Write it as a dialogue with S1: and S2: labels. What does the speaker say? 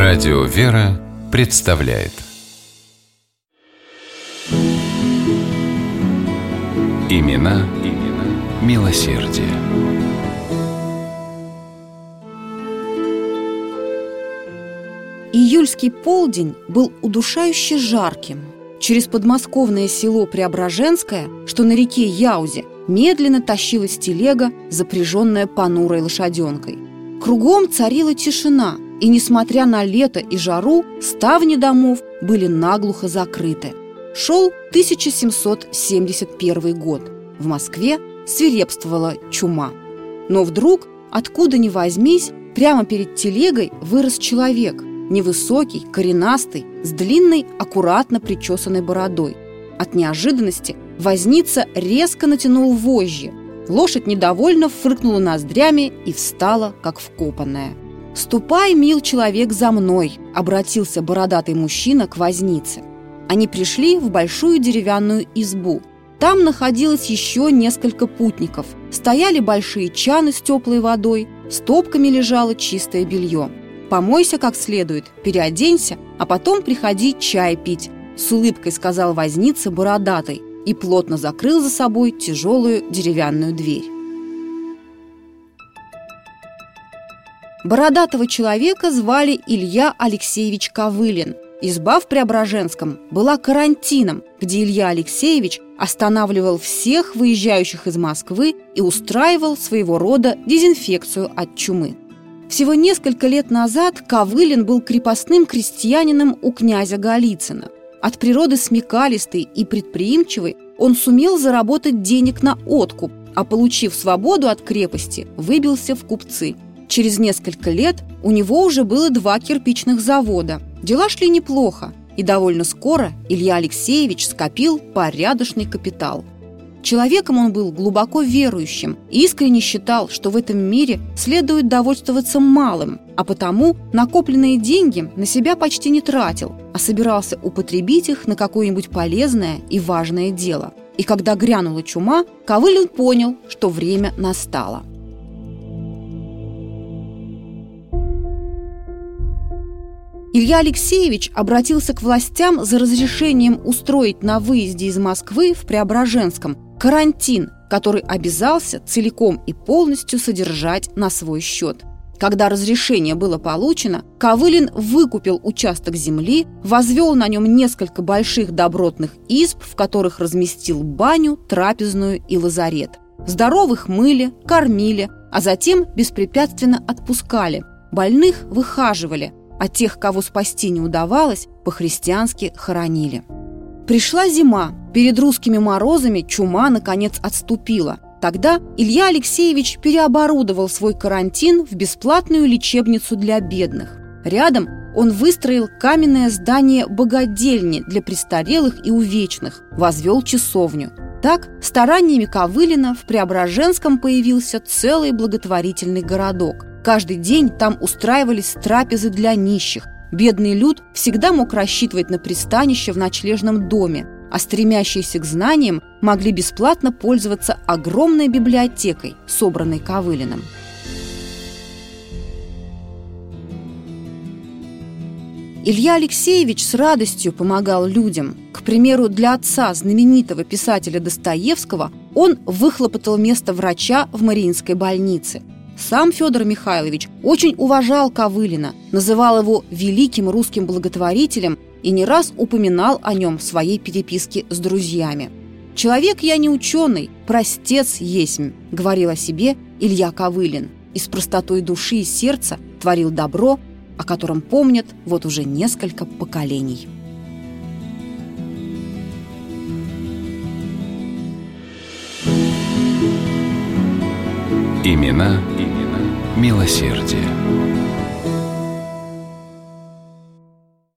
S1: Радио «Вера» представляет Имена милосердия.
S2: Июльский полдень был удушающе жарким. Через подмосковное село Преображенское, что на реке Яузе, медленно тащилась телега, запряженная понурой лошаденкой. Кругом царила тишина, и, несмотря на лето и жару, ставни домов были наглухо закрыты. Шел 1771 год. В Москве свирепствовала чума. Но вдруг, откуда ни возьмись, прямо перед телегой вырос человек, невысокий, коренастый, с длинной, аккуратно причесанной бородой. От неожиданности возница резко натянул вожжи. Лошадь недовольно фыркнула ноздрями и встала, как вкопанная. «Ступай, мил человек, за мной!» – обратился бородатый мужчина к вознице. Они пришли в большую деревянную избу. Там находилось еще несколько путников. Стояли большие чаны с теплой водой, стопками лежало чистое белье. «Помойся как следует, переоденься, а потом приходи чай пить», – с улыбкой сказал возница бородатый и плотно закрыл за собой тяжелую деревянную дверь. Бородатого человека звали Илья Алексеевич Ковылин. Изба в Преображенском была карантином, где Илья Алексеевич останавливал всех выезжающих из Москвы и устраивал своего рода дезинфекцию от чумы. Всего несколько лет назад Ковылин был крепостным крестьянином у князя Голицына. От природы смекалистый и предприимчивый, он сумел заработать денег на откуп, а, получив свободу от крепости, выбился в купцы. Через несколько лет у него уже было 2 кирпичных завода. Дела шли неплохо, и довольно скоро Илья Алексеевич скопил порядочный капитал. Человеком он был глубоко верующим и искренне считал, что в этом мире следует довольствоваться малым, а потому накопленные деньги на себя почти не тратил, а собирался употребить их на какое-нибудь полезное и важное дело. И когда грянула чума, Ковылин понял, что время настало. Илья Алексеевич обратился к властям за разрешением устроить на выезде из Москвы в Преображенском карантин, который обязался целиком и полностью содержать на свой счет. Когда разрешение было получено, Ковылин выкупил участок земли, возвел на нем несколько больших добротных изб, в которых разместил баню, трапезную и лазарет. Здоровых мыли, кормили, а затем беспрепятственно отпускали. Больных выхаживали, а тех, кого спасти не удавалось, по-христиански хоронили. Пришла зима. Перед русскими морозами чума, наконец, отступила. Тогда Илья Алексеевич переоборудовал свой карантин в бесплатную лечебницу для бедных. Рядом он выстроил каменное здание богадельни для престарелых и увечных, возвел часовню. Так, стараниями Ковылина в Преображенском появился целый благотворительный городок. Каждый день там устраивались трапезы для нищих. Бедный люд всегда мог рассчитывать на пристанище в ночлежном доме, а стремящиеся к знаниям могли бесплатно пользоваться огромной библиотекой, собранной Ковылиным. Илья Алексеевич с радостью помогал людям. К примеру, для отца знаменитого писателя Достоевского он выхлопотал место врача в Мариинской больнице. Сам Федор Михайлович очень уважал Ковылина, называл его великим русским благотворителем и не раз упоминал о нем в своей переписке с друзьями. «Человек я не ученый, простец есмь», — говорил о себе Илья Ковылин, и с простотой души и сердца творил добро, о котором помнят вот уже несколько поколений.
S1: Имена милосердия.